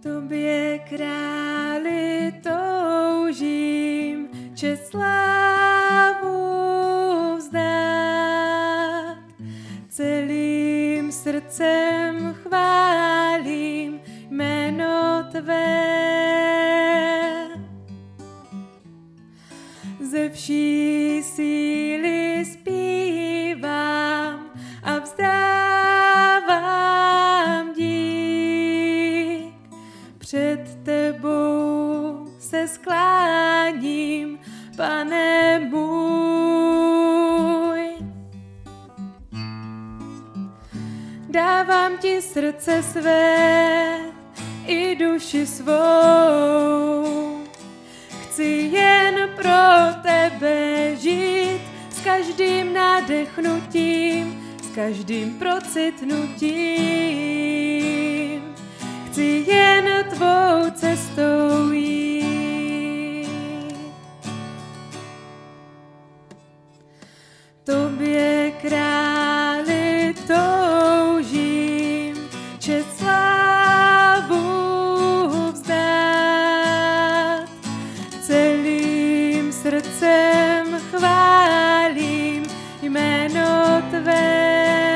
Tobě, králi, toužím čest slávu vzdát. Celým srdcem chválím jméno Tvé. Ze vší síly zpívám a vzdávám dík. Před Tebou se skláním, Pane můj. Dávám Ti srdce své i duši svou. Chci jen pro Tebe žít, s každým nadechnutím, s každým procitnutím. Chci jen Tvou cestou jít. Tobě, králi, toužím čest slávu vzdát. Celým srdcem chválím jméno Tvé.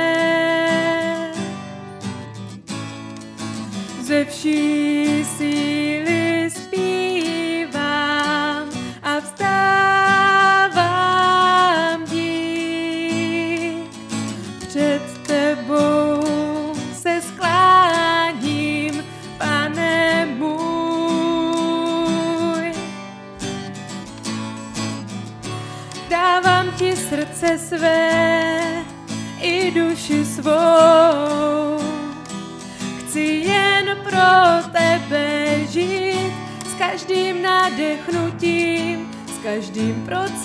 Ze vší síly zpívám a vzdávám dík. Před Tebou se skláním, Pane můj. Dávám Ti srdce své i duši svou. Chci jen pro Tebe žít, s každým nadechnutím, s každým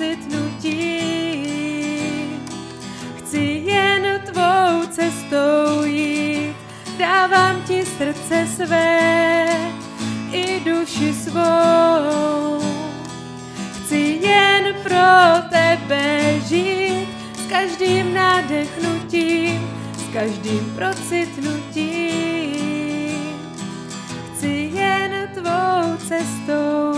procitnutím. Chci jen Tvou cestou jít, dávám Ti srdce své i duši svou. Chci jen pro Tebe žít, s každým nadechnutím, s každým procitnutím. Chci jen Tvou cestou